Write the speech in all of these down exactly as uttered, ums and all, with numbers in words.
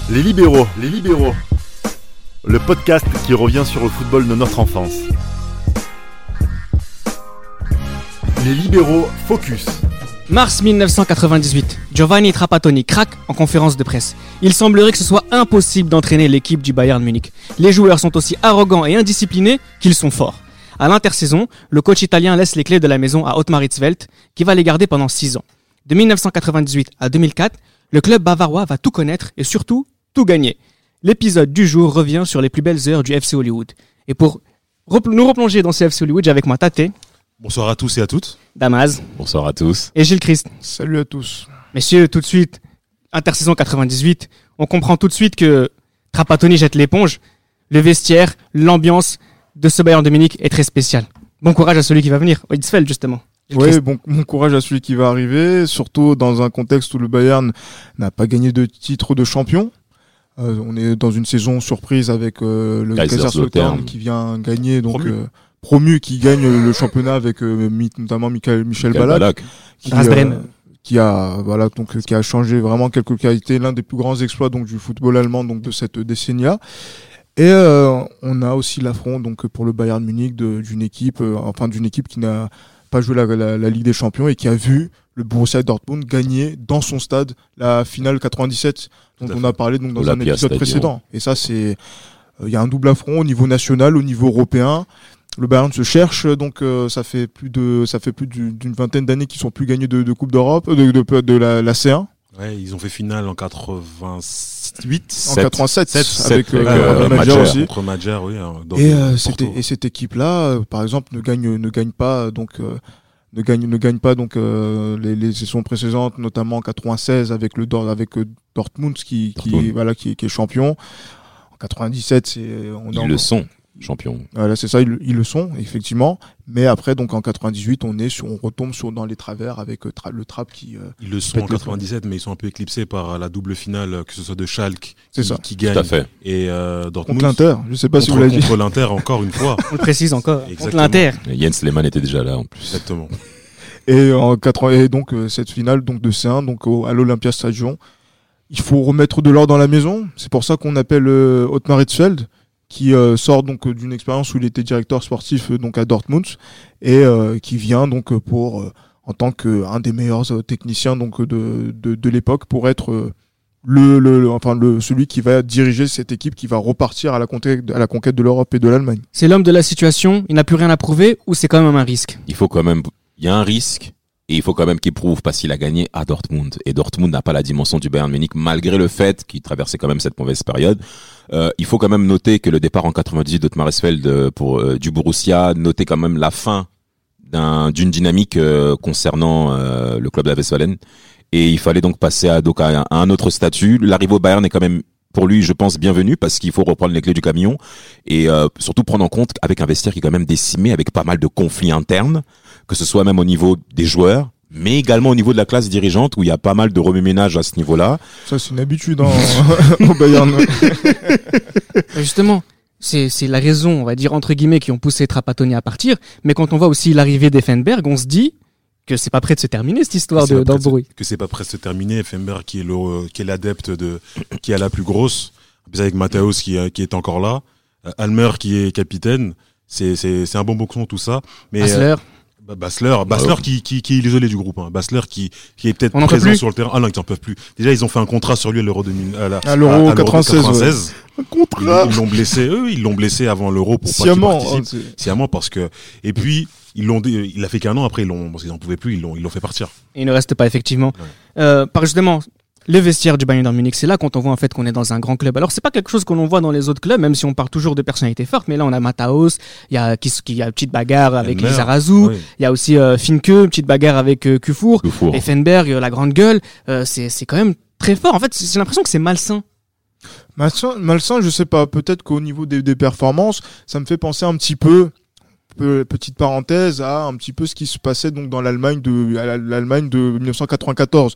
Les libéraux, les libéraux. Le podcast qui revient sur le football de notre enfance. Les libéraux focus. Mars dix-neuf cent quatre-vingt-dix-huit, Giovanni Trapattoni craque en conférence de presse. Il semblerait que ce soit impossible d'entraîner l'équipe du Bayern Munich. Les joueurs sont aussi arrogants et indisciplinés qu'ils sont forts. À l'intersaison, le coach italien laisse les clés de la maison à Ottmar Hitzfeld, qui va les garder pendant six ans. De dix-neuf cent quatre-vingt-dix-huit à deux mille quatre, le club bavarois va tout connaître et surtout tout gagner. L'épisode du jour revient sur les plus belles heures du F C Hollywood. Et pour repl- nous replonger dans ce F C Hollywood, j'ai avec moi Tate. Bonsoir à tous et à toutes. Damas. Bonsoir à tous. Et Gilles Christ. Salut à tous. Messieurs, tout de suite, intersaison quatre-vingt-dix-huit, on comprend tout de suite que Trapattoni jette l'éponge. Le vestiaire, l'ambiance de ce Bayern de Munich est très spéciale. Bon courage à celui qui va venir, Hitzfeld justement. Oui, bon, bon courage à celui qui va arriver, surtout dans un contexte où le Bayern n'a pas gagné de titre de champion. Euh, on est dans une saison surprise avec euh, le Kaiserslautern qui vient gagner, donc promu. Euh, promu qui gagne le championnat avec euh, notamment Michael, Michel, Michel Ballack, qui, euh, qui a voilà donc qui a changé vraiment quelques qualités, l'un des plus grands exploits donc du football allemand donc de cette décennie-là. Et euh, on a aussi l'affront donc pour le Bayern Munich de, d'une équipe, euh, enfin d'une équipe qui n'a pas joué la, la, la Ligue des Champions et qui a vu le Borussia Dortmund gagner dans son stade la finale quatre-vingt-dix-sept dont on a parlé donc dans un épisode Stadion. précédent. Et ça c'est, il euh, y a un double affront au niveau national, au niveau européen. Le Bayern se cherche, donc euh, ça fait plus de ça fait plus d'une vingtaine d'années qu'ils sont plus gagnés de, de Coupe d'Europe, de, de, de, de la, la C un. Ouais, ils ont fait finale en quatre-vingt-huit, en quatre-vingt-sept, sept, avec sept, euh, euh, Madjer aussi. Contre Madjer, oui. Donc, et, euh, c'était, et cette équipe-là, euh, par exemple, ne gagne ne gagne pas donc euh, ne gagne ne gagne pas donc euh, les, les saisons précédentes, notamment en quatre-vingt-seize avec le avec euh, Dortmund qui qui Dortmund. voilà qui, qui est champion. En quatre-vingt-dix-sept, c'est on ils le sont. Champion. Voilà, c'est ça, ils, ils le sont effectivement. Mais après, donc en quatre-vingt-dix-huit, on est sur, on retombe sur dans les travers avec euh, tra- le Trapp qui. Euh, ils le sont en quatre-vingt-dix-sept, mais ils sont un peu éclipsés par la double finale, que ce soit de Schalke c'est qui, ça. qui gagne Tout à fait. et euh, Dortmund. Contre l'Inter, je sais pas contre, si vous l'avez dit. Contre l'Inter, encore une fois. On le précise encore. Exactement. Contre l'Inter. Et Jens Lehmann était déjà là en plus. Exactement. Et en quatre et donc euh, cette finale donc de C un donc au, à l'Olympia Stadion, il faut remettre de l'ordre dans la maison. C'est pour ça qu'on appelle euh, Ottmar Hitzfeld, qui euh, sort donc d'une expérience où il était directeur sportif euh, donc à Dortmund et euh, qui vient donc pour euh, en tant que un des meilleurs euh, techniciens donc de de, de l'époque pour être euh, le, le, le enfin le celui qui va diriger cette équipe qui va repartir à la conquête à la conquête de l'Europe et de l'Allemagne. C'est l'homme de la situation, il n'a plus rien à prouver ou c'est quand même un risque? Il faut quand même il y a un risque. Et il faut quand même qu'il prouve parce qu'il a gagné à Dortmund. Et Dortmund n'a pas la dimension du Bayern Munich malgré le fait qu'il traversait quand même cette mauvaise période. Euh, il faut quand même noter que le départ en quatre-vingt-dix-huit d'Ottmar Hitzfeld pour euh, du Borussia notait quand même la fin d'un, d'une dynamique euh, concernant euh, le club de la Westfalen. Et il fallait donc passer à, donc à, à un autre statut. L'arrivée au Bayern est quand même pour lui, je pense, bienvenue parce qu'il faut reprendre les clés du camion et euh, surtout prendre en compte avec un vestiaire qui est quand même décimé avec pas mal de conflits internes, que ce soit même au niveau des joueurs, mais également au niveau de la classe dirigeante où il y a pas mal de remue-ménage à ce niveau-là. Ça, c'est une habitude hein, au Bayern. Justement, c'est, c'est la raison, on va dire, entre guillemets, qui ont poussé Trapattoni à partir. Mais quand on voit aussi l'arrivée d'Effenberg, on se dit que c'est pas prêt de se terminer cette histoire de, d'embrouille. Que c'est pas prêt de se terminer. Effenberg qui est le, qui est l'adepte de, qui a la plus grosse. Puis avec Matthäus qui, qui est encore là. Almer qui est capitaine. C'est, c'est, c'est un bon boxon tout ça. Mais, Basler. Bah, Basler, Basler oh. qui, qui, qui est isolé du groupe, hein. Basler qui, qui est peut-être on présent sur le terrain. Ah non, ils n'en peuvent plus. Déjà, ils ont fait un contrat sur lui à l'Euro deux mille, à, la, à l'Euro, à, à l'Euro quatre-vingt-seize. quatre-vingt-seize. Ouais. Un contrat. Ils, ils l'ont blessé, eux, ils l'ont blessé avant l'Euro pour Sciemment, pas qu'il participe. Oh, Sciemment, parce que, et puis, ils l'ont, il a fait qu'un an après, ils l'ont, parce qu'ils n'en pouvaient plus, ils l'ont, ils l'ont fait partir. Et il ne reste pas, effectivement. Ouais. Euh, par justement, le vestiaire du Bayern Munich, c'est là quand on voit en fait qu'on est dans un grand club. Alors c'est pas quelque chose que l'on voit dans les autres clubs, même si on parle toujours de personnalités fortes. Mais là on a Matthäus, il y a qui, il y a une petite bagarre avec Lizarazu, oui. Il y a aussi euh, Finke, une petite bagarre avec euh, Kufur, Effenberg, euh, la grande gueule. Euh, c'est c'est quand même très fort. En fait, j'ai l'impression que c'est malsain. Malsain, malsain, je sais pas. Peut-être qu'au niveau des, des performances, ça me fait penser un petit peu. Petite parenthèse à un petit peu ce qui se passait donc dans l'Allemagne de à l'Allemagne de dix-neuf cent quatre-vingt-quatorze.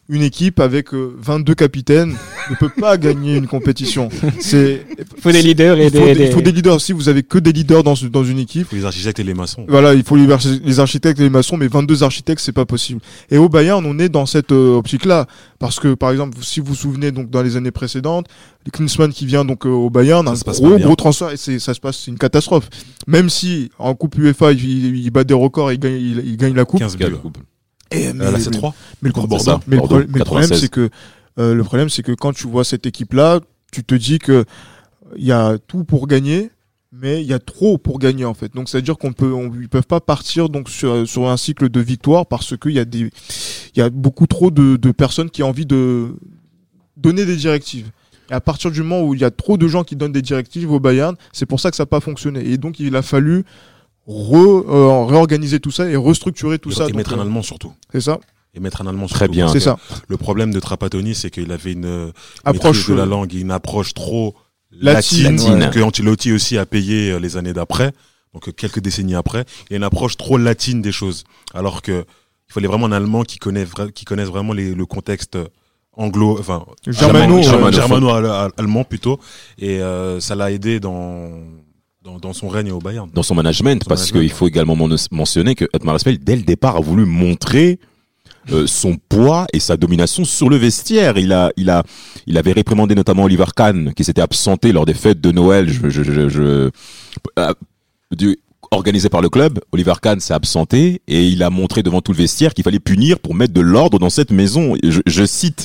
une équipe avec euh, vingt-deux capitaines ne peut pas gagner une compétition. C'est il faut des leaders et il faut des, des, il faut des leaders. Si vous avez que des leaders dans dans une équipe, Il faut les architectes et les maçons. voilà, il faut les, les architectes et les maçons, mais vingt-deux architectes, c'est pas possible. Et au Bayern, on est dans cette euh, optique-là, parce que par exemple, si vous vous souvenez, donc dans les années précédentes, le Klinsmann qui vient donc euh, au Bayern, Ça un se passe gros pas bien. gros transfert, et c'est ça se passe, c'est une catastrophe. Même si en Coupe UEFA, il, il, il bat des records, et il gagne, il, il gagne la coupe. quinze buts. Et, mais, Euh, là, c'est trois. mais le, Contre pro- Bordeaux. mais le Bordeaux, pro- mais le problème, quatre-vingt-seize. c'est que euh, le problème, c'est que quand tu vois cette équipe-là, tu te dis que il y a tout pour gagner, mais il y a trop pour gagner en fait. Donc, c'est à dire qu'on peut, on, ils peuvent pas partir donc sur sur un cycle de victoire parce qu'il y a des, il y a beaucoup trop de, de personnes qui ont envie de donner des directives. Et à partir du moment où il y a trop de gens qui donnent des directives au Bayern, c'est pour ça que ça n'a pas fonctionné. Et donc, il a fallu re, euh, réorganiser tout ça et restructurer tout Et- ça. Et Donc, mettre un euh, Allemand surtout. c'est ça. Et mettre un Allemand surtout. Très bien. Parce C'est que ça. Le problème de Trapattoni, c'est qu'il avait une euh, Approche maîtrise de la euh, langue et une approche trop Latine, latine, ouais. que Ancelotti aussi a payé euh, les années d'après, donc euh, quelques décennies après. Il y a une approche trop latine des choses. Alors que il fallait vraiment un Allemand qui connaît vra- qui connaisse vraiment les, le contexte anglo, enfin Germano, allemand- germano- germano-allemand plutôt. Et euh, ça l'a aidé dans, dans dans son règne au Bayern. Dans son management, Son parce management, qu'il faut également men- mentionner que Otmar Hitzfeld, dès le départ, a voulu montrer euh, son poids et sa domination sur le vestiaire. Il a, il a, il avait réprimandé notamment Oliver Kahn, qui s'était absenté lors des fêtes de Noël. Je, je, je, je euh, du, organisé par le club. Oliver Kahn s'est absenté et il a montré devant tout le vestiaire qu'il fallait punir pour mettre de l'ordre dans cette maison. Et Je, je cite,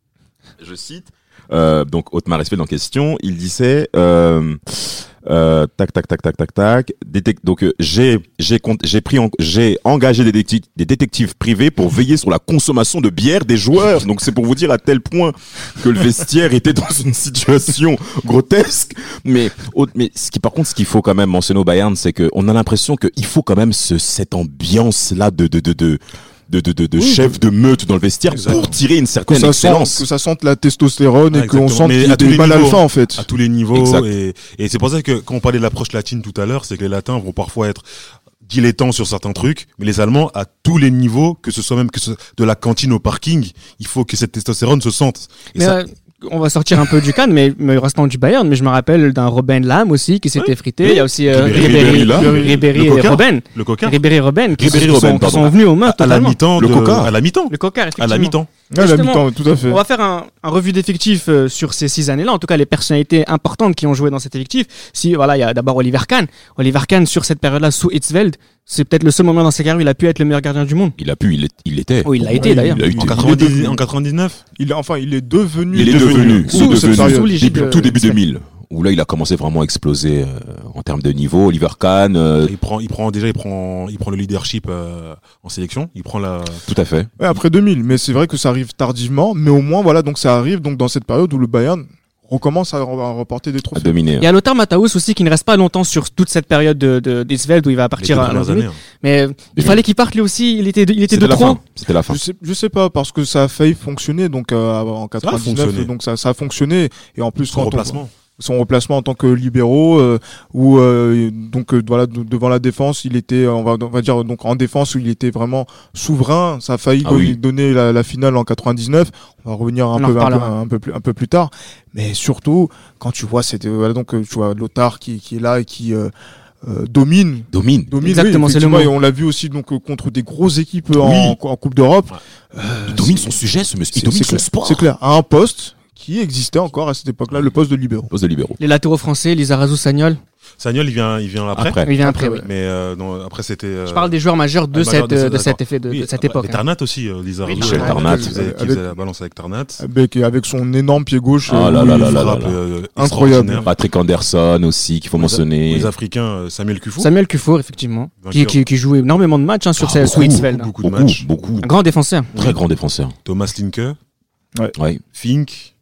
je cite. Euh, donc Otmar Hitzfeld en question, il disait. Euh, Euh, tac tac tac tac tac tac. Détec- donc euh, j'ai j'ai compte- j'ai pris en- j'ai engagé des détectives, des détectives privés pour veiller sur la consommation de bière des joueurs. Donc c'est pour vous dire à tel point que le vestiaire était dans une situation grotesque. Mais au- mais ce qui par contre ce qu'il faut quand même mentionner au Bayern, c'est que on a l'impression qu'il faut quand même ce, cette ambiance là de de de de de de, de, de Oui, chef de meute dans le vestiaire Exactement. pour tirer une que certaine ça sent, excellence. que ça sente la testostérone Ouais, et qu'on exactement. sente Mais qu'il y à a tous des les mal niveaux. alpha en fait. À tous les niveaux. Exact. Et, et c'est pour ça que quand on parlait de l'approche latine tout à l'heure, c'est que les latins vont parfois être dilettants sur certains trucs, mais les Allemands, à tous les niveaux, que ce soit même que ce, de la cantine au parking, il faut que cette testostérone se sente. Et Mais ça, euh, on va sortir un peu du Cannes, mais, mais restant du Bayern, mais je me rappelle d'un Robben Lam aussi qui s'était frité. Il y a aussi euh, Ribéry, Ribéry, Ribéry, là. Ribéry Le et Coca. Robben. le coca, Ribéry et Robben qui, Ribéry, qui Robben, sont, qui pardon. sont venus aux mains à, à la totalement. mi-temps, Le de- Coca. à la mi-temps, Le Coca, à la effectivement. mi-temps. Ouais, la Justement, mi-temps, tout à fait. On va faire un, un revue d'effectifs euh, sur ces six années-là, en tout cas les personnalités importantes qui ont joué dans cet effectif. Si voilà, il y a d'abord Oliver Kahn. Oliver Kahn sur cette période-là sous Hitzfeld, c'est peut-être le seul moment dans sa carrière où il a pu être le meilleur gardien du monde. Il a pu, il, est- il était. Oh, il l'a été Ouais, d'ailleurs. Il a été. En, Il est quatre-vingt-dix, devenu- en quatre-vingt-dix-neuf, Il est, enfin, il est devenu. Il est devenu, sous sous, cette devenu, période. sous l'égide début- de- tout début de- deux mille, où là il a commencé vraiment à exploser euh, en termes de niveau. Oliver Kahn, euh, il prend, il prend déjà, il prend, il prend le leadership euh, en sélection. Il prend la. tout à fait. Ouais, après deux mille, mais c'est vrai que ça arrive tardivement, mais au moins voilà, donc ça arrive donc dans cette période où le Bayern recommence à, à remporter des À trophées. dominer. Il y a Lothar Matthäus aussi qui ne reste pas longtemps sur toute cette période de, de d'Hitzfeld où il va les partir deux à dernières l'an deux mille. années. hein. Mais euh, il mille. fallait qu'il parte lui aussi. Il était de, il était de C'était la trop. fin. C'était la fin. Je sais, je sais pas parce que ça a failli fonctionner donc euh, en quatre-vingt-dix-neuf, fonctionné. donc ça, ça a fonctionné et en plus Son quand on- remplacement. son remplacement en tant que libéraux euh, où euh, donc euh, voilà de- devant la défense il était euh, on va on va dire donc en défense où il était vraiment souverain, ça a failli Ah donner, oui. donner la, la finale en quatre-vingt-dix-neuf, on va revenir un On en peu un, peu reparlera. un peu plus un peu plus tard, mais surtout quand tu vois c'était voilà donc euh, tu vois Lothar qui qui est là et qui euh, euh, domine Domine. domine Exactement, oui, c'est le effectivement, mot. et on l'a vu aussi donc euh, contre des grosses équipes euh, en, en Coupe d'Europe. Euh, Il domine c'est- son sujet, ce monsieur. Il c'est- domine c'est son clair, sport. c'est clair, à un poste qui existait encore à cette époque-là, le poste de libéraux. Poste de libéraux. Les latéraux français, Lizarazu, Sagnol. Sagnol, il vient, il vient après. Après. Il vient après. Après, oui. Mais euh, non, après c'était. euh, Je parle des joueurs majeurs de ah, majeurs cette de ce- de cet d'accord. effet de, oui, de cette ah, époque. Et hein. Tarnat aussi, euh, Lizarazu, Michel euh, Tarnat. qui faisait, qui Avec- faisait la balance avec Tarnat. Avec, avec son énorme pied gauche. Ah euh, là où là il là là frappe. là. euh, Incroyable. extraordinaire. Patrick Anderson aussi, qu'il faut mentionner. Les Africains, euh, Samuel Kufou. Samuel Kufour, effectivement, qui, Vainqueur. qui, qui joue énormément de matchs hein, sur Ah, ces beaucoup, sous Hitzfeld. hein. Beaucoup de Beaucoup, matchs. beaucoup. Un grand défenseur. Très grand défenseur. Thomas Linke, Ouais. Fink,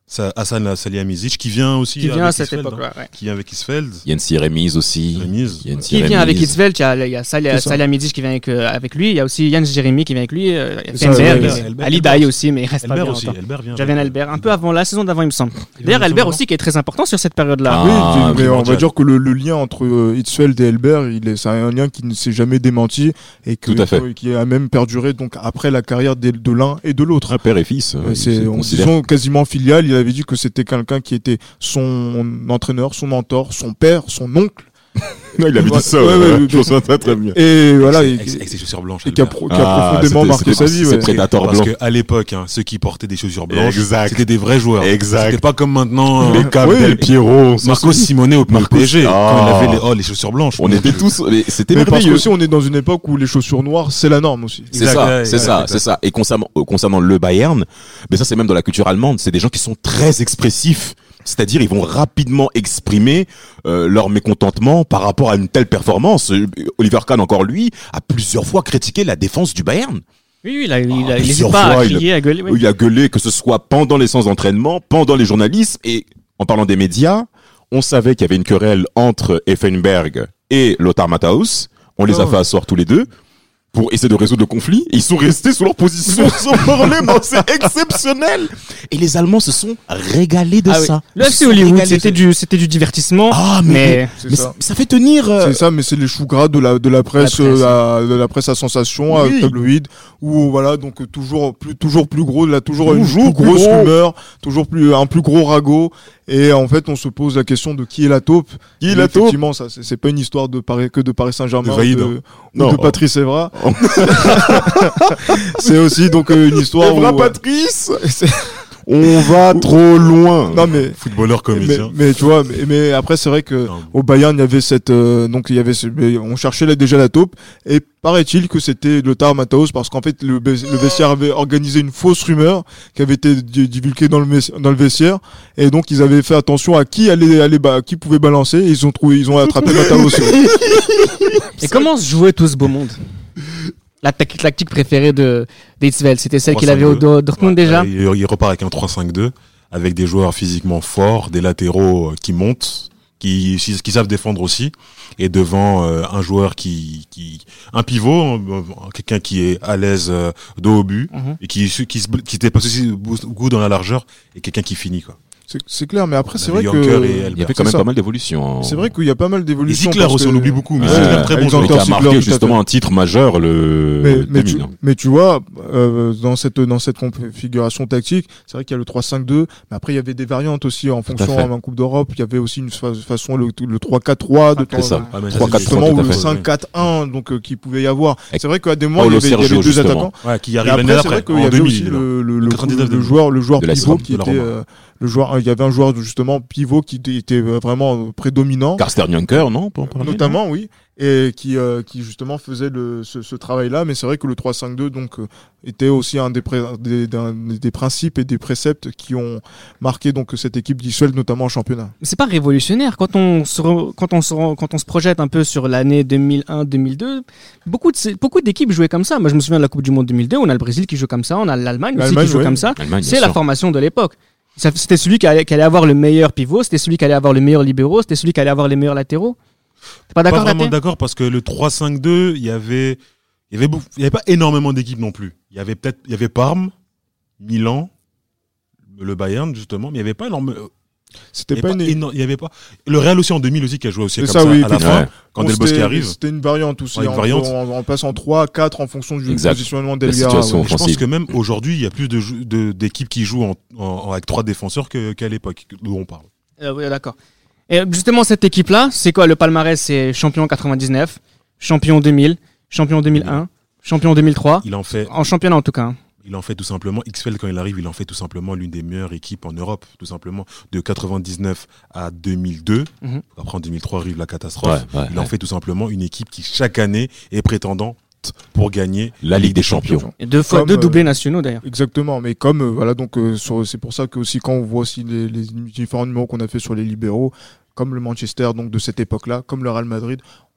Hassan Salihamidzic qui vient aussi qui vient avec à cette Hitzfeld, époque-là, hein, ouais. qui vient avec Hitzfeld. Yancy Remise aussi. Remise. Yancy Qui vient Remise. avec Hitzfeld, il y a, il y a C'est ça. Salihamidzic qui vient avec, euh, avec lui, il y a aussi Jens Jeremy qui vient avec lui, euh, il y a C'est ça, Fenberg, ouais, ouais. Elber- Ali Elber Daei aussi. aussi, mais il reste pas Elber bien aussi. longtemps. Elber vient. Javier avec- Elber, un peu avant la saison d'avant, il me semble. Il D'ailleurs, vient Elber avant. aussi qui est très important sur cette période-là. Ah, Oui, mais on primordial. va dire que le, le lien entre euh, Hitzfeld et Elber, il est, c'est un lien qui ne s'est jamais démenti et que, Tout à fait. que- qui a même perduré donc après la carrière de, de l'un et de l'autre. Un père et fils. Euh, il c'est se on considère. disons quasiment filial. Il avait dit que c'était quelqu'un qui était son entraîneur, son mentor, son père, son oncle. Non, il avait dit ça. Ouais, ouais, ouais, ouais, ouais. je me souviens très très bien. Et voilà, Avec, et, avec- avec ses chaussures blanches. et qui a, Elber. pro- qui a Ah, profondément c'était- marqué c'était- sa vie. c'est ouais. Predator Parce blanc. qu'à l'époque, hein, ceux qui portaient des chaussures blanches, Exact. c'était des vrais joueurs. Exact. C'était pas comme maintenant. Les euh, Caves oui. Del Piero. Marcos Simone au Marcos- P S G, quand Ah. il avait les, oh, les chaussures blanches. On était tous, mais c'était Mais parce merveilleux. qu'aussi on est dans une époque où les chaussures noires c'est la norme aussi. C'est Exact, ça, ouais, c'est ouais, ça, exact. c'est ça. Et concernant, euh, concernant le Bayern, mais ça c'est même dans la culture allemande, c'est des gens qui sont très expressifs. C'est-à-dire, ils vont rapidement exprimer euh, leur mécontentement par rapport à une telle performance. Euh, Oliver Kahn, encore lui, a plusieurs fois critiqué la défense du Bayern. Oui, oui, il a, il a, Ah, il n'hésite plusieurs pas à fois, il a- crier, à gueuler. oui. Il a gueulé, que ce soit pendant les séances d'entraînement, pendant les journalistes, et en parlant des médias, on savait qu'il y avait une querelle entre Effenberg et Lothar Matthaus. On les a Oh. fait asseoir tous les deux pour essayer de résoudre le conflit. Et ils sont restés sur leur position sans parler. Non, c'est exceptionnel. Et les Allemands se sont régalés de Ah oui. ça. Le Ils F C se sont Hollywood, régalés. c'était du, c'était du divertissement, Ah, mais, mais C'est mais ça. ça fait tenir. euh, C'est ça, mais c'est les choux gras de la de la presse, La presse. euh, à, de la presse à sensation, Oui. à tabloïd, où voilà donc euh, toujours plus toujours plus gros, là toujours, Toujours une plus plus grosse gros. rumeur, toujours plus un plus gros ragot, et en fait on se pose la question de qui est la taupe. Qui est Et la taupe Effectivement, ça c'est c'est pas une histoire de Paris que de Paris Saint-Germain, De Vaïd, ou hein. de, ou Non. de Patrice Evra. C'est aussi donc euh, une histoire Evra où Patrice, c'est- on va trop loin. non mais Footballeur mais, comédien. mais tu vois, mais, mais après c'est vrai que Non. au Bayern il y avait cette euh, donc il y avait ce- mais on cherchait là, déjà la taupe et paraît-il que c'était Lothar Matthaus parce qu'en fait le, ves- le vestiaire avait organisé une fausse rumeur qui avait été di- divulguée dans le mes- dans le vestiaire et donc ils avaient fait attention à qui allait aller ba- à qui pouvait balancer et ils ont trouvé ils ont attrapé Matthaus. Et comment se jouait tout ce beau monde? La tac- tactique préférée de d'Hitzfeld, c'était celle qu'il avait au Do- Dortmund Ouais, déjà. Il, il repart avec un trois cinq deux, avec des joueurs physiquement forts, des latéraux euh, qui montent, qui, qui savent défendre aussi, et devant euh, un joueur qui, qui, un pivot, euh, quelqu'un qui est à l'aise euh, dos au but, Mhm. et qui, qui, se, qui se dépasse aussi goût dans la largeur, et quelqu'un qui finit, quoi. C'est c'est clair, mais après c'est On vrai avait que Jonker et Il y Elber. avait quand C'est même ça. pas mal d'évolutions. c'est vrai qu'il y a pas mal Et d'évolutions. Ziegler parce aussi, que- on oublie beaucoup, mais Ouais. Ziegler, très bon Alexander joueur. Et qui a Ziegler, marqué tout à justement fait. un titre majeur le mais, mais, tu, deux mille. mais tu vois, euh, dans cette dans cette configuration tactique, c'est vrai qu'il y a le trois cinq deux, mais après il y avait des variantes aussi en fonction fait. en Coupe d'Europe. Il y avait aussi une fa- façon le, le trois quatre trois de C'est temps, ça. Ah, mais trois ça, quatre c'est- trois tout ou à le fait. cinq quatre un donc euh, qu'il pouvait y avoir. Avec C'est vrai qu'à des mois Paulo il y avait, il y avait Sergio, deux justement. attaquants. Ouais, qui Mais arrive après l'année c'est après, vrai qu'il y en avait deux aussi mille. le, le, le, quatre-vingt-dix-neuf, le joueur le joueur de la pivot Rome, qui de la était Roma. euh, le joueur. Il y avait un joueur justement pivot qui était- était vraiment prédominant. Carsten Juncker, non pour en parler, Notamment, oui, et qui euh, qui justement faisait le, ce, ce travail-là. Mais c'est vrai que le trois cinq deux donc euh, était aussi un des, pré- des, d'un- des principes et des préceptes qui ont marqué donc cette équipe d'Hitzfeld, notamment en championnat. C'est pas révolutionnaire quand on se re- quand on se re- quand on se projette un peu sur l'année deux mille un deux mille deux. Beaucoup de ces- beaucoup d'équipes jouaient comme ça. Moi, je me souviens de la Coupe du Monde deux mille deux. On a le Brésil qui joue comme ça, on a l'Allemagne aussi L'Allemagne, qui joue ouais. comme ça. Allemagne, bien C'est la sûr. formation de l'époque. Ça- C'était celui qui allait, qui allait avoir le meilleur pivot, c'était celui qui allait avoir le meilleur libéraux, c'était celui qui allait avoir les meilleurs latéraux. T'es pas Pas d'accord, vraiment Raté d'accord parce que le trois cinq deux, il y avait, il y avait, beaucoup- il y avait pas énormément d'équipes non plus. Il y avait peut-être, il y avait Parme, Milan, le Bayern justement, mais il y avait pas énorme. C'était Il y pas avait une. pas éno- il y avait pas. Le Real aussi en deux mille aussi qui a joué aussi C'est comme ça, ça, oui, à la puis- fin Ouais. quand Bon, Del Bosque c'était- arrive. C'était une variante aussi. Ouais, une hein. variante. On, on passe en trois quatre en fonction du Exact. positionnement La d'El situation. Ghazi. Je pense offensive. que même aujourd'hui, il y a plus de, jou- de- d'équipes qui jouent en, en- avec trois défenseurs que, qu'à l'époque d'où on parle. Euh, oui, d'accord. Et justement, cette équipe-là, c'est quoi le palmarès? C'est champion quatre-vingt-dix-neuf, champion deux mille, champion deux mille un, champion deux mille trois. Il en fait, En championnat en tout cas. hein. il en fait tout simplement. Hitzfeld quand il arrive, il en fait tout simplement l'une des meilleures équipes en Europe, tout simplement de quatre-vingt-dix-neuf à deux mille deux. Mhm. Après en deux mille trois arrive la catastrophe. Ouais, ouais, il en ouais. fait tout simplement une équipe qui chaque année est prétendante pour gagner La Ligue des Champions. Et deux fois Comme, deux euh, doublés nationaux d'ailleurs. Exactement, mais comme euh, voilà donc euh, sur- c'est pour ça que aussi quand on voit aussi les, les différents numéros qu'on a fait sur les libéraux, comme le Manchester donc de cette époque-là, comme le Real Madrid,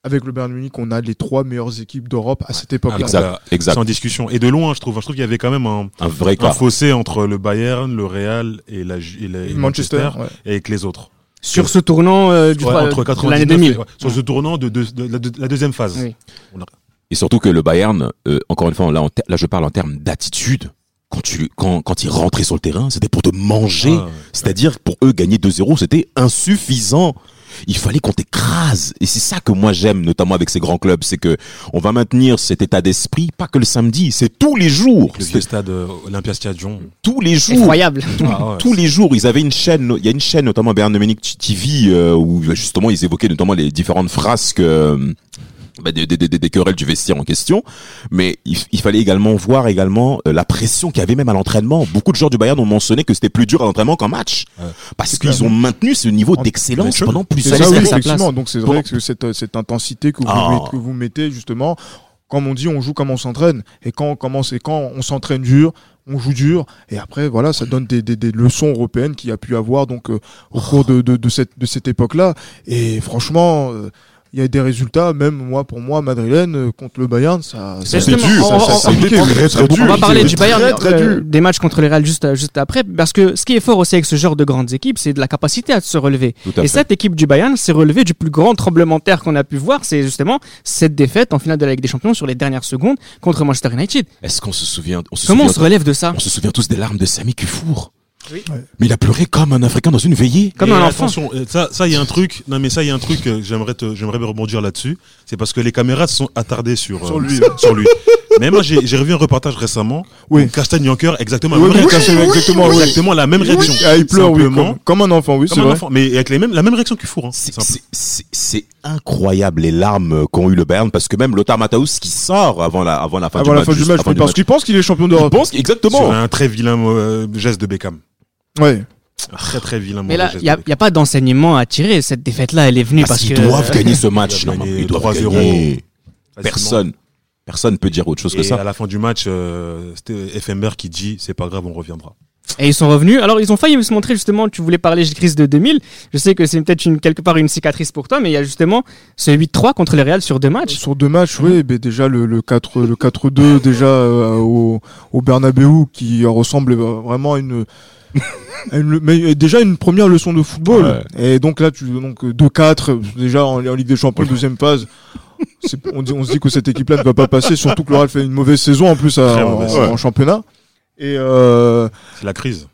avec le Bayern Munich, on a les trois meilleures équipes d'Europe à cette époque-là. Exact, exact. Sans discussion. Et de loin, je trouve. Je trouve qu'il y avait quand même un, un vrai un fossé entre le Bayern, le Real et, la, et, la, et Manchester, Manchester ouais. et avec les autres. Sur ce tournant euh, du ouais, trois, entre de l'année deux mille. Ouais, sur ce tournant de, de, de, de, de la deuxième phase. Oui. On a... Et surtout que le Bayern, euh, encore une fois, là, ter- là je parle en termes d'attitude. Quand tu, quand, quand ils rentraient sur le terrain, c'était pour te manger. Ah, ouais. C'est-à-dire, pour eux, gagner deux zéro, c'était insuffisant. Il fallait qu'on t'écrase. Et c'est ça que moi j'aime, notamment avec ces grands clubs, c'est que on va maintenir cet état d'esprit, pas que le samedi, c'est tous les jours. Le vieux stade euh, Olympia Stadion. Tous les jours. Incroyable. Ah ouais. Tous les jours, ils avaient une chaîne, il y a une chaîne, notamment Bayern de Munich T V, euh, où justement ils évoquaient notamment les différentes frasques, euh, Bah des, des, des, des querelles du vestiaire en question, mais il, il fallait également voir également euh, la pression qu'il y avait même à l'entraînement. Beaucoup de joueurs du Bayern ont mentionné que c'était plus dur à l'entraînement qu'en match, ouais. parce c'est qu'ils clair. ont maintenu ce niveau en d'excellence pendant plusieurs années. C'est ça, oui, effectivement. Donc c'est vrai que cette, cette intensité que vous, ah. mettez, que vous mettez justement, comme on dit, on joue comme on s'entraîne, et quand on commence, et quand on s'entraîne dur, on joue dur, et après voilà, ça donne des, des, des leçons européennes qu'il y a pu avoir donc euh, au cours de, de, de cette de cette époque-là. Et franchement. Euh, il y a des résultats, même moi, pour moi, madrilène, contre le Bayern, ça, c'est, c'est dur, on, ça, ça, on, c'est on, très, très dur. On va parler du Bayern, très, très euh, des matchs contre le Real juste, juste après, parce que ce qui est fort aussi avec ce genre de grandes équipes, c'est de la capacité à se relever. Et fait. Cette équipe du Bayern s'est relevée du plus grand tremblement de terre qu'on a pu voir, c'est justement cette défaite en finale de la Ligue des Champions sur les dernières secondes contre Manchester United. Est-ce qu'on se souvient, on se Comment souvient, on se relève de ça? On se souvient tous des larmes de Sami Kufour. Oui. Ouais. Mais il a pleuré comme un Africain dans une veillée. Comme et un enfant. Attention, ça, ça, il y a un truc. Non, mais ça, il y a un truc. Euh, j'aimerais te, j'aimerais rebondir là-dessus. C'est parce que les caméras se sont attardées sur sur euh, lui. sur lui. Mais moi, j'ai, j'ai revu un reportage récemment. Oui. Castagne Yanker, exactement. Oui, la même oui, réaction, oui, exactement, oui. exactement la même réaction. Ah, il pleure, oui, comme, comme un enfant, oui, comme c'est un vrai. enfant, mais avec les mêmes, la même réaction qu'il faut. Hein. C'est, c'est, c'est, c'est incroyable les larmes qu'ont eu le Bayern, parce que même Lothar Matthäus qui sort avant la, avant la fin avant du la match. Fin du match, parce match. qu'il pense qu'il est champion d'Europe. Il pense exactement. Sur un très vilain euh, geste de Beckham. Ouais. Très très vilain. Mais là, il n'y a, y a pas d'enseignement à tirer. Cette défaite-là, elle est venue parce, parce que. Ils doivent gagner ce match. Ils, ils doivent gagner. Personne. Personne peut dire autre chose et que ça. À la fin du match, euh, c'était Effenberg qui dit c'est pas grave, on reviendra. Et ils sont revenus. Alors, ils ont failli se montrer justement. Tu voulais parler de crise de deux mille. Je sais que c'est peut-être une, quelque part une cicatrice pour toi, mais il y a justement ce huit trois contre le Real sur deux matchs. Sur deux matchs, oui. Mais déjà le, le quatre, le quatre deux déjà euh, au, au Bernabéu qui ressemble vraiment à une. une, mais déjà une première leçon de football. Ouais. Et donc là, tu donc deux quatre déjà en, en Ligue des Champions, ouais. deuxième phase. C'est, on, dit, on se dit que cette équipe-là ne va pas passer, surtout que le Real fait une mauvaise saison en plus à, en, ouais. en championnat. Et euh, c'est la crise.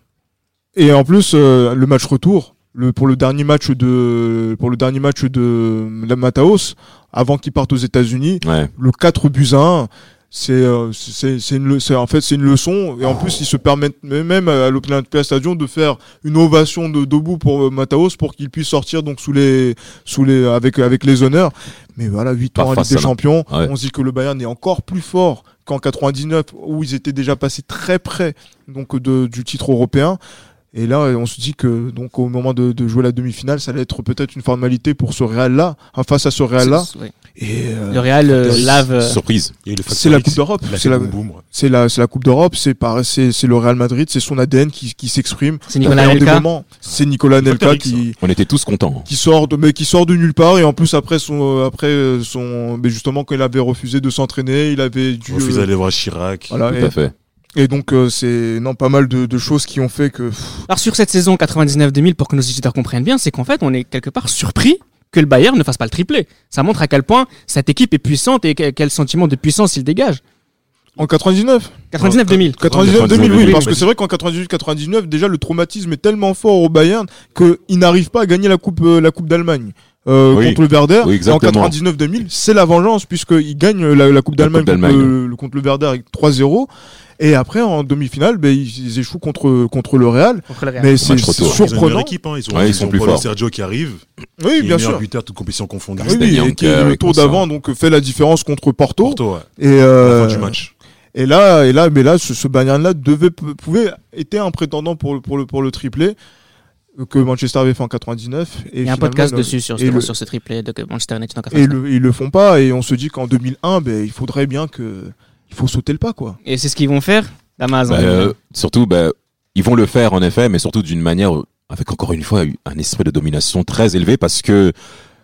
Et en plus, euh, le match retour, le pour le dernier match de pour le dernier match de la Matthäus, avant qu'il parte aux États-Unis, ouais. le quatre buts à un. C'est, euh, c'est, c'est une, c'est, en fait, c'est une leçon. Et en plus, ils se permettent même à l'Olympia Stadium de faire une ovation de debout pour Matthäus pour qu'il puisse sortir donc sous les, sous les, avec, avec les honneurs. Mais voilà, huit ans en Ligue des Champions. Ouais. On se dit que le Bayern est encore plus fort qu'en quatre-vingt-dix-neuf où ils étaient déjà passés très près, donc, de, du titre européen. Et là, on se dit que, donc, au moment de, de jouer la demi-finale, ça allait être peut-être une formalité pour ce Real-là, enfin, face à ce Real-là. C'est, ouais. Et euh, le Real euh, lave. Surprise. Et le c'est la Coupe d'Europe. C'est la, boom, ouais. c'est la, c'est la Coupe d'Europe. C'est par, c'est, c'est le Real Madrid. C'est son A D N qui, qui s'exprime. C'est Nicolas Anelka. C'est Nicolas Anelka qui. On était tous contents. Qui sort de, mais qui sort de nulle part. Et en plus, après son, après son, mais justement, quand il avait refusé de s'entraîner, il avait dû. Refusé d'aller voir Chirac. Voilà, tout et, à fait. Et donc, euh, c'est, non, pas mal de, de choses qui ont fait que. Alors, sur cette saison quatre-vingt-dix-neuf deux mille, pour que nos auditeurs comprennent bien, c'est qu'en fait, on est quelque part surpris que le Bayern ne fasse pas le triplé. Ça montre à quel point cette équipe est puissante et quel sentiment de puissance il dégage. En quatre-vingt-dix-neuf quatre-vingt-dix-neuf deux mille quatre-vingt-dix-neuf deux mille, oui, parce que c'est vrai qu'en quatre-vingt-dix-huit quatre-vingt-dix-neuf, déjà, le traumatisme est tellement fort au Bayern qu'il n'arrive pas à gagner la Coupe, euh, la Coupe d'Allemagne. Euh, oui. contre le Werder. Oui, en quatre-vingt-dix-neuf deux mille, c'est la vengeance puisqu'il gagne la, la Coupe d'Allemagne, la coupe contre, le, contre le Werder avec trois zéro. Et après, en demi-finale, ben, ils, ils échouent contre, contre le Real. Contre le Real. Mais c'est, c'est surprenant. Ils ont une équipe, hein. Ils ont, ouais, ils, ils sont ont plus forts. Sergio qui arrive. Oui, qui bien est sûr. buteur, toute compétition confondue. Oui, oui, et qui est le tour d'avant, donc, fait la différence contre Porto. Porto, ouais. Et, euh, à la fin du match. Et là, et là, mais là, ce, ce Bayern-là devait, pouvait, était un prétendant pour le, pour le, pour le triplé que Manchester avait fait en quatre-vingt-dix-neuf. Et il y a un podcast dessus sur, le, sur ce triplé de Manchester United en quatre-vingt-dix-neuf. Et le, ils le font pas, et on se dit qu'en deux mille un, ben, il faudrait bien que, il faut sauter le pas, quoi. Et c'est ce qu'ils vont faire, Damas. Bah, euh, surtout, bah, ils vont le faire, en effet, mais surtout d'une manière, avec encore une fois, un esprit de domination très élevé, parce que,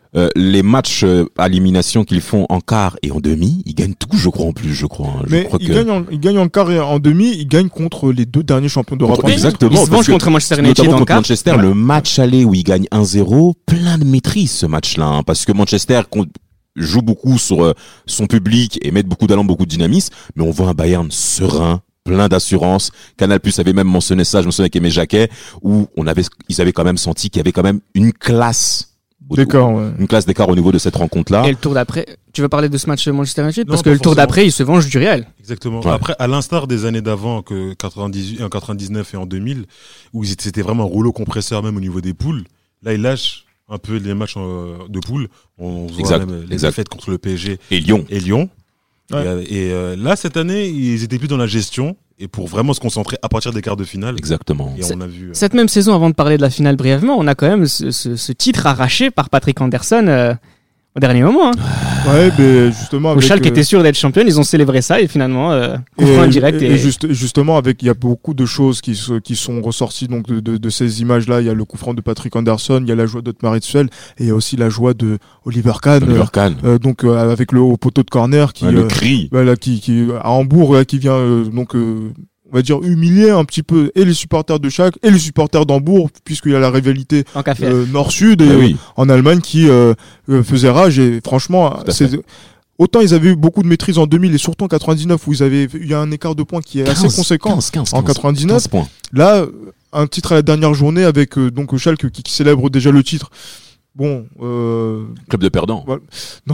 Euh, les matchs euh, à élimination qu'ils font en quart et en demi, ils gagnent tout, je crois, en plus, je crois. Hein. Je mais crois ils, que... gagnent en, ils gagnent en quart et en demi, ils gagnent contre les deux derniers champions d'Europe. Exactement. Ils se vengent contre Manchester United notamment en contre quart. Manchester, ouais. Le match aller où ils gagnent un zéro, plein de maîtrise ce match-là, hein, parce que Manchester joue beaucoup sur euh, son public et met beaucoup d'allant, beaucoup de dynamisme, mais on voit un Bayern serein, plein d'assurance. Canal Plus avait même mentionné ça, je me souviens avec Aimé Jacquet, où on avait, ils avaient quand même senti qu'il y avait quand même une classe d'écart, ouais. Une classe d'écart au niveau de cette rencontre-là. Et le tour d'après, tu veux parler de ce match Manchester United? Non, parce que le tour forcément. d'après, il se venge du Real. Exactement. Ouais. Après, à l'instar des années d'avant, que quatre-vingt-dix-huit, en quatre-vingt-dix-neuf et en deux mille, où ils étaient, c'était vraiment un rouleau compresseur même au niveau des poules, là, ils lâchent un peu les matchs euh, de poules. On voit Exact, même les exact. défaites contre le P S G Et Lyon. et Lyon. Ouais. Et, euh, et euh, là, cette année, ils étaient plus dans la gestion et pour vraiment se concentrer à partir des quarts de finale. Exactement. Et on a vu. euh, Cette même saison, avant de parler de la finale brièvement, on a quand même ce, ce, ce titre arraché par Patrick Anderson euh, au dernier moment. Hein. Ouais, mais justement. Au avec, Schalke euh, était sûr d'être championne, ils ont célébré ça et finalement, euh, coup franc indirect. Et, Et, et juste, justement, avec, il y a beaucoup de choses qui, se, qui sont ressorties donc de, de, de ces images-là. Il y a le coup franc de Patrick Anderson, il y a la joie d'Otmar Hitzfeld et il y a aussi la joie de Oliver Kahn. Oliver Kahn. Euh, donc euh, avec le haut poteau de corner qui, Ouais, le euh, cri. voilà, qui, qui à Hambourg, là, qui vient euh, donc. Euh, on va dire humilier un petit peu et les supporters de Schalke et les supporters d'Hambourg puisqu'il y a la rivalité en café. euh, nord-sud et Ah oui. euh, en Allemagne qui euh, euh, faisait rage et franchement à c'est autant ils avaient eu beaucoup de maîtrise en deux mille et surtout en quatre-vingt-dix-neuf où ils avaient il y a un écart de points qui est assez quinze, conséquent quinze, quinze, en quinze, quatre-vingt-dix-neuf quinze points. là un titre à la dernière journée avec euh, donc Schalke qui, qui célèbre déjà le titre bon euh, Club de perdants. voilà. Non.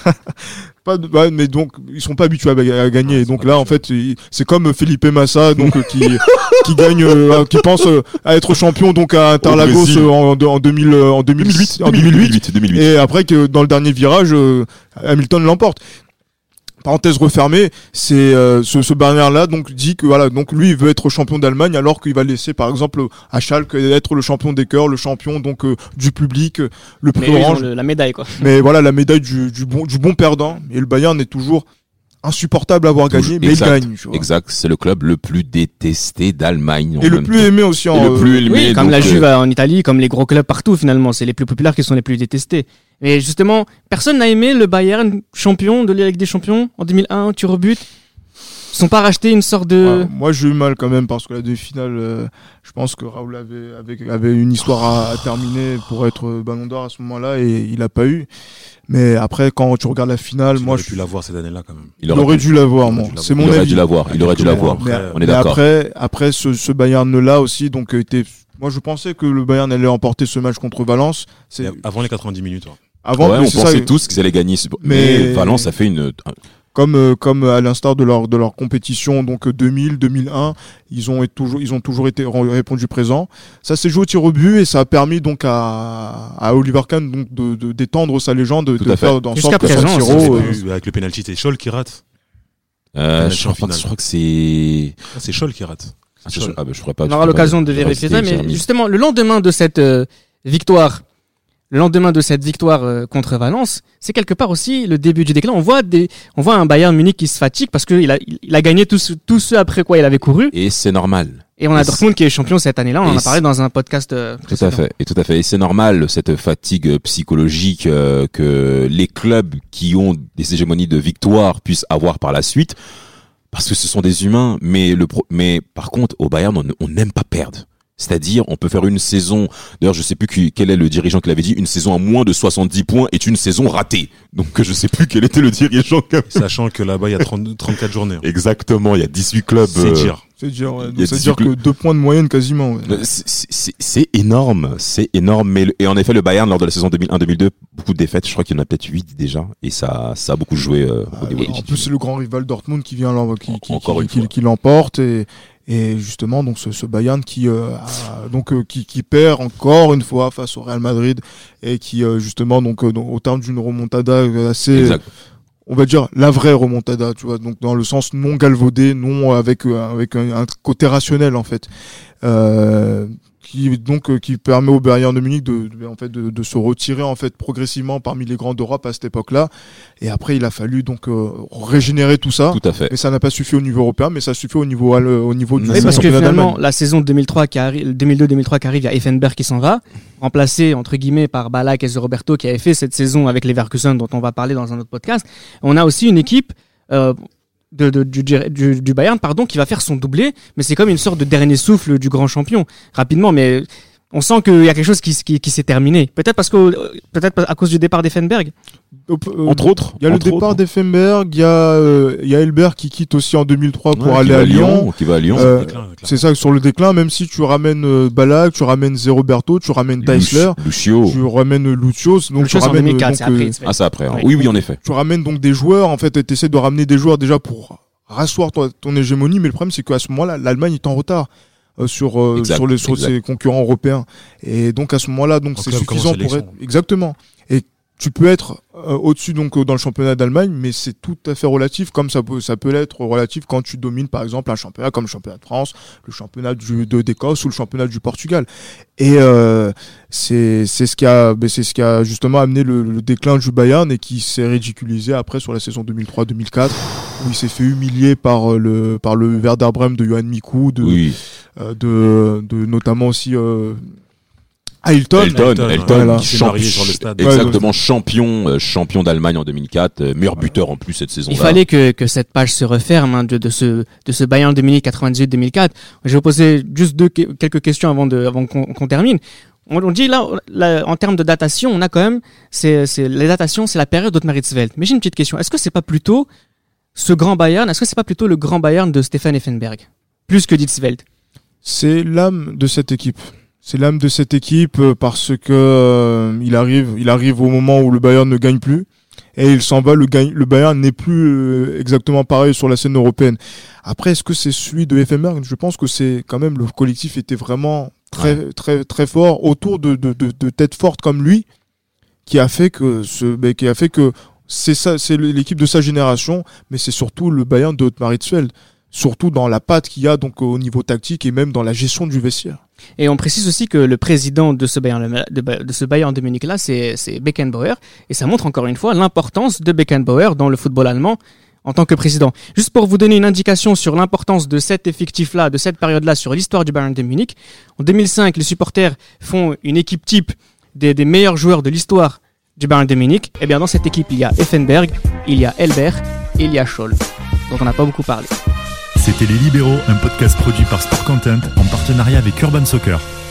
Pas de, ouais, mais donc ils sont pas habitués à, à gagner. Ouais, donc pas là, en fait, il- c'est comme Felipe Massa, donc euh, qui qui gagne, euh, qui pense euh, à être champion donc à Interlagos Brésil. euh, en, en deux mille euh, en deux mille huit, en deux mille huit. deux mille huit. Et après que dans le dernier virage, euh, Hamilton l'emporte. Parenthèse refermée, c'est euh, ce, ce Bayern-là donc dit que voilà, donc lui il veut être champion d'Allemagne alors qu'il va laisser par exemple à Schalke être le champion des cœurs, le champion donc euh, du public, euh, le Mais prix eux, ils ont orange. le- la médaille, quoi. Mais voilà la médaille du, du bon du bon perdant. Et le Bayern est toujours insupportable à avoir Toujours- gagné, mais exact, il gagne. Tu vois. Exact, c'est le club le plus détesté d'Allemagne. en Et le même plus temps. aimé aussi en. Et le euh, plus aimé. Oui, comme donc, la euh, Juve en Italie, comme les gros clubs partout finalement, c'est les plus populaires qui sont les plus détestés. Et justement, personne n'a aimé le Bayern champion de la Ligue des Champions en deux mille un, tir au but. Ils sont pas rachetés une sorte de... ouais, moi j'ai eu mal quand même parce que la demi-finale, euh, je pense que Raoul avait, avait, avait une histoire à, à terminer pour être euh, Ballon d'Or à ce moment-là et il a pas eu. Mais après quand tu regardes la finale, il moi aurait je pu l'avoir cette année-là quand même. il aurait dû l'avoir, moi. dû l'avoir. C'est Il mon aurait avis. dû l'avoir. Il aurait dû l'avoir. Mais, Après, On est mais d'accord. après, après ce, ce Bayern-là aussi, donc euh, était. Moi, je pensais que le Bayern allait remporter ce match contre Valence. C'est Et avant les quatre-vingt-dix minutes. ouais. avant. Ouais, oui, on c'est pensait ça, tous qu'ils allaient gagner. Mais, Mais- Valence a fait une. comme euh, comme à l'instar de leur de leur compétition, donc euh, deux mille, deux mille un, ils ont été toujours ils ont toujours été re- répondu présent. Ça s'est joué au tir au but et ça a permis donc à à Oliver Kahn donc de de- d'étendre sa légende, Tout de à fait. faire en Jusqu'à sorte que son présent, tiro, c'est- euh, Euh, Avec le penalty, c'est Scholl qui rate. Euh, Penalty je, crois en pas que- finale. je crois que c'est. Ah, c'est Scholl qui rate. Ah, C'est je, Scholl. ah, bah, je ferais pas. On aura l'occasion de vérifier ça, mais justement, le lendemain de cette euh, victoire, le lendemain de cette victoire euh, contre Valence, c'est quelque part aussi le début du déclin. On voit des, on voit un Bayern Munich qui se fatigue parce qu'il a, il, il a gagné tout ce, tout ce après quoi il avait couru. Et c'est normal. Et on a Et Dortmund qui est champion cette année-là. On et en a c'est- parlé dans un podcast euh, Tout à précédent. fait, et tout à fait. Et c'est normal cette fatigue psychologique euh, que les clubs qui ont des hégémonies de victoire puissent avoir par la suite, parce que ce sont des humains. Mais le pro- mais par contre au Bayern on on n'aime pas perdre. C'est-à-dire, on peut faire une saison. D'ailleurs, je sais plus qui, quel est le dirigeant qui l'avait dit. Une saison à moins de soixante-dix points est une saison ratée. Donc, je sais plus quel était le dirigeant. Sachant que là-bas, il y a trente, trente-quatre journées. Exactement. Il y a dix-huit clubs. C'est euh, dire. c'est dire ouais, Il y a donc, c'est dix-huit dire que clubs. deux points de moyenne quasiment. Ouais. Euh, c'est- C'est c'est énorme, c'est énorme. Mais le- et en effet, le Bayern lors de la saison deux mille un deux mille deux, beaucoup de défaites. Je crois qu'il y en a peut-être huit déjà, et ça, ça a beaucoup joué euh, au niveau Ah, des en plus, c'est le grand rival Dortmund qui vient l'em- qui, qui, Encore qui, une qui- fois. qui l'emporte et, et justement donc ce, ce Bayern qui euh, a- donc euh, qui, qui perd encore une fois face au Real Madrid et qui euh, justement donc euh, donc, au terme d'une remontada assez Exact. on va dire la vraie remontada, tu vois, donc dans le sens non galvaudé, non avec euh, avec un, un côté rationnel en fait, euh, qui donc euh, qui permet au Bayern de Munich de, de en fait de, de se retirer en fait progressivement parmi les grands d'Europe à cette époque-là. Et après, il a fallu donc euh, régénérer tout ça. Tout à fait. Mais ça n'a pas suffi au niveau européen, mais ça suffit au niveau au niveau du oui, parce que finalement, la saison deux mille trois qui arrive, deux mille deux deux mille trois qui arrive, il y a Effenberg qui s'en va, remplacé entre guillemets par Ballack et Roberto qui avait fait cette saison avec Leverkusen dont on va parler dans un autre podcast. On a aussi une équipe euh, De, de, du, du, du Bayern pardon qui va faire son doublé, mais c'est comme une sorte de dernier souffle du grand champion rapidement, mais on sent qu'il y a quelque chose qui, qui, qui s'est terminé, peut-être parce que peut-être à cause du départ d'Effenberg, euh, entre autres il y a entre le départ autres. d'Effenberg, il y a euh, il y a Elbert qui quitte aussi en deux mille trois pour ouais, aller à Lyon, Lyon qui va à Lyon euh, c'est ça, sur le déclin, même si tu ramènes euh, Ballack, tu ramènes Zé Roberto, tu ramènes Deisler, Lucio, tu ramènes Lucio, donc Lucio tu ramènes en deux mille quatre, donc, c'est après, ah c'est après oui. oui oui en effet tu ramènes donc des joueurs en fait, et t'essaies de ramener des joueurs déjà pour rasseoir ton, ton hégémonie, mais le problème c'est qu'à ce moment-là l'Allemagne est en retard euh, sur euh, exact, sur les sur exact. ses concurrents européens, et donc à ce moment-là donc En c'est club suffisant comme en pour être sélection. exactement, et tu peux être euh, au-dessus donc euh, dans le championnat d'Allemagne, mais c'est tout à fait relatif, comme ça peut ça peut l'être relatif quand tu domines par exemple un championnat comme le championnat de France, le championnat du, de d'Écosse ou le championnat du Portugal. Et euh, c'est c'est ce qui a ben, c'est ce qui a justement amené le, le déclin du Bayern, et qui s'est ridiculisé après sur la saison deux mille trois deux mille quatre où il s'est fait humilier par le par le Werder Bremen de Johan Mikou, de oui euh, de de notamment aussi euh, Ailton, Elton, Elton, Elton, voilà. qui Qui s'est champ- marié sur le stade. exactement champion, euh, champion d'Allemagne en deux mille quatre, euh, meilleur buteur en plus cette saison-là. il fallait que, que cette page se referme hein, de, de ce de ce Bayern de Munich quatre-vingt-dix-huit deux mille quatre. Je vais vous poser juste deux quelques questions avant de avant qu'on, qu'on termine. On, on dit là, là en termes de datation, on a quand même c'est c'est les datations, c'est la période d'Ottmar Hitzfeld. Mais j'ai une petite question, est-ce que c'est pas plutôt ce grand Bayern, est-ce que c'est pas plutôt le grand Bayern de Stefan Effenberg plus que d'Hitzfeld? C'est l'âme de cette équipe. C'est l'âme de cette équipe euh, parce que euh, il arrive, il arrive au moment où le Bayern ne gagne plus, et il s'en va. Le, gagne, le Bayern n'est plus euh, exactement pareil sur la scène européenne. Après, est-ce que c'est celui de Effenberg? Je pense que c'est quand même, le collectif était vraiment très Ouais. très très fort autour de, de de de têtes fortes comme lui, qui a fait que ce, ben, qui a fait que c'est ça, c'est l'équipe de sa génération, mais c'est surtout le Bayern de Ottmar Hitzfeld, surtout dans la patte qu'il y a donc au niveau tactique et même dans la gestion du vestiaire. Et on précise aussi que le président de ce Bayern de, de ce Bayern de Munich là, c'est c'est Beckenbauer, et ça montre encore une fois l'importance de Beckenbauer dans le football allemand en tant que président. Juste pour vous donner une indication sur l'importance de cet effectif-là, de cette période-là sur l'histoire du Bayern de Munich, en deux mille cinq, les supporters font une équipe type des, des meilleurs joueurs de l'histoire du Bayern de Munich. Et bien dans cette équipe, il y a Effenberg, il y a Elbert et il y a Scholl. Donc on n'a pas beaucoup parlé. C'était Les Libéraux, un podcast produit par Sport Content en partenariat avec Urban Soccer.